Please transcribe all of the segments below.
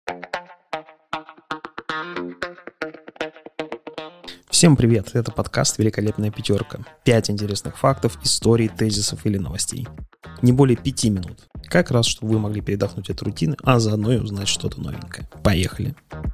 Всем привет, это подкаст «Великолепная пятерка». 5 интересных фактов, историй, тезисов или новостей. Не более 5 минут. Как раз, чтобы вы могли передохнуть от рутины, а заодно и узнать что-то новенькое. Поехали!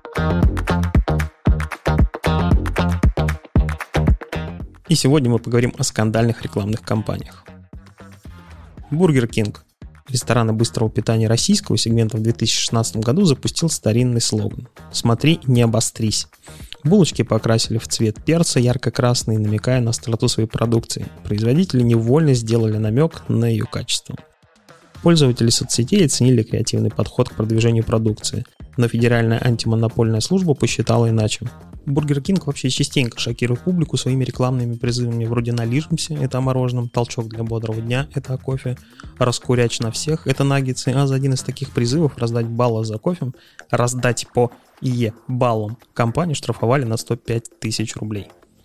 И сегодня мы поговорим о скандальных рекламных кампаниях. Бургер Кинг, рестораны быстрого питания российского сегмента, в 2016 году запустил старинный слоган «Смотри, не обострись». Булочки покрасили в цвет перца ярко-красный, намекая на остроту своей продукции. Производители невольно сделали намек на ее качество. Пользователи соцсетей оценили креативный подход к продвижению продукции, но Федеральная антимонопольная служба посчитала иначе. Бургер Кинг вообще частенько шокирует публику своими рекламными призывами вроде «Налижемся» — это о мороженом, «Толчок для бодрого дня» — это о кофе, «Раскуряч на всех» — это наггетсы, а за один из таких призывов раздать баллы за кофе, раздать по баллам компанию штрафовали на 105 тысяч рублей.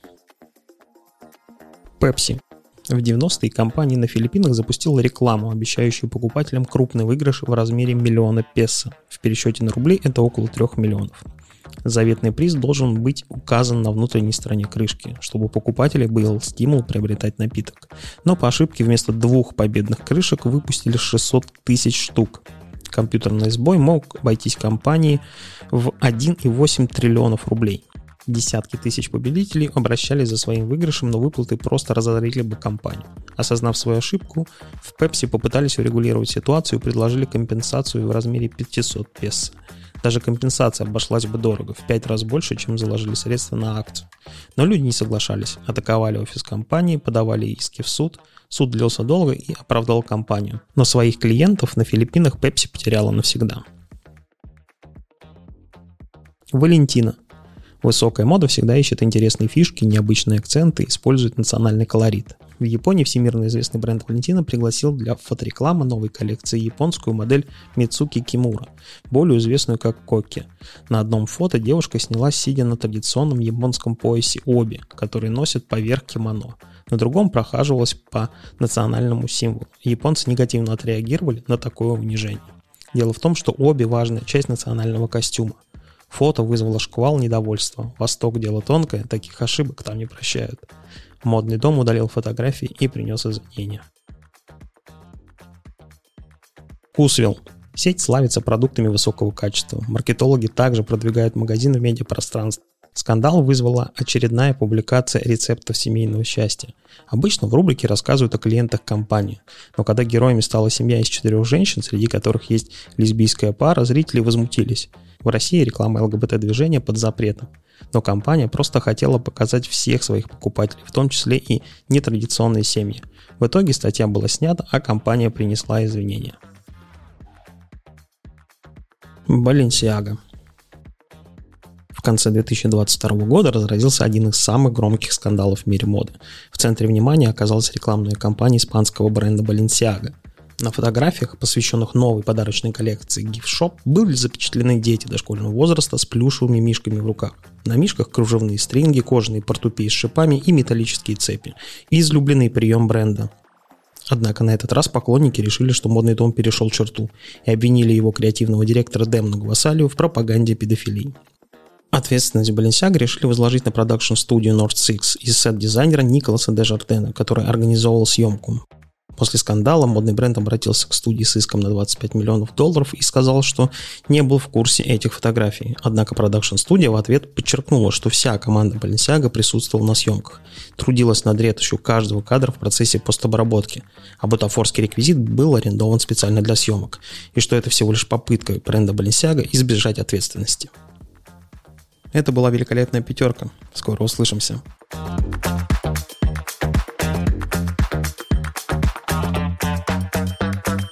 Pepsi. В 90-е компания на Филиппинах запустила рекламу, обещающую покупателям крупный выигрыш в размере 1 миллиона песо. В пересчете на рубли это около 3 миллионов. Заветный приз должен быть указан на внутренней стороне крышки, чтобы у покупателей был стимул приобретать напиток. Но по ошибке вместо 2 победных крышек выпустили 600 тысяч штук. Компьютерный сбой мог обойтись компании в 1,8 триллионов рублей. Десятки тысяч победителей обращались за своим выигрышем, но выплаты просто разорили бы компанию. Осознав свою ошибку, в Pepsi попытались урегулировать ситуацию и предложили компенсацию в размере 500 песо. Даже компенсация обошлась бы дорого, в 5 раз больше, чем заложили средства на акцию. Но люди не соглашались, атаковали офис компании, подавали иски в суд. Суд длился долго и оправдал компанию. Но своих клиентов на Филиппинах Pepsi потеряла навсегда. Валентина. Высокая мода всегда ищет интересные фишки, необычные акценты, использует национальный колорит. В Японии всемирно известный бренд Валентина пригласил для фоторекламы новой коллекции японскую модель Мицуки Кимура, более известную как Коки. На одном фото девушка снялась, сидя на традиционном японском поясе оби, который носят поверх кимоно. На другом прохаживалась по национальному символу. Японцы негативно отреагировали на такое унижение. Дело в том, что оби – важная часть национального костюма. Фото вызвало шквал недовольства. Восток – дело тонкое, таких ошибок там не прощают. Модный дом удалил фотографии и принес извинения. Вкусвилл. Сеть славится продуктами высокого качества. Маркетологи также продвигают магазин в медиапространстве. Скандал вызвала очередная публикация рецептов семейного счастья. Обычно в рубрике рассказывают о клиентах компании, но когда героями стала семья из 4 женщин, среди которых есть лесбийская пара, зрители возмутились. В России реклама ЛГБТ-движения под запретом, но компания просто хотела показать всех своих покупателей, в том числе и нетрадиционные семьи. В итоге статья была снята, а компания принесла извинения. Balenciaga. В конце 2022 года разразился один из самых громких скандалов в мире моды. В центре внимания оказалась рекламная кампания испанского бренда Balenciaga. На фотографиях, посвященных новой подарочной коллекции Gift Shop, были запечатлены дети дошкольного возраста с плюшевыми мишками в руках. На мишках кружевные стринги, кожаные портупеи с шипами и металлические цепи. Излюбленный прием бренда. Однако на этот раз поклонники решили, что модный дом перешел черту, и обвинили его креативного директора Демну Гвасалию в пропаганде педофилии. Ответственность Balenciaga решили возложить на продакшн-студию North Six и сет-дизайнера Николаса Дежардена, который организовал съемку. После скандала модный бренд обратился к студии с иском на $25 миллионов и сказал, что не был в курсе этих фотографий. Однако продакшн-студия в ответ подчеркнула, что вся команда Balenciaga присутствовала на съемках, трудилась над ретушью каждого кадра в процессе постобработки, а бутафорский реквизит был арендован специально для съемок, и что это всего лишь попытка бренда Balenciaga избежать ответственности. Это была великолепная пятерка. Скоро услышимся.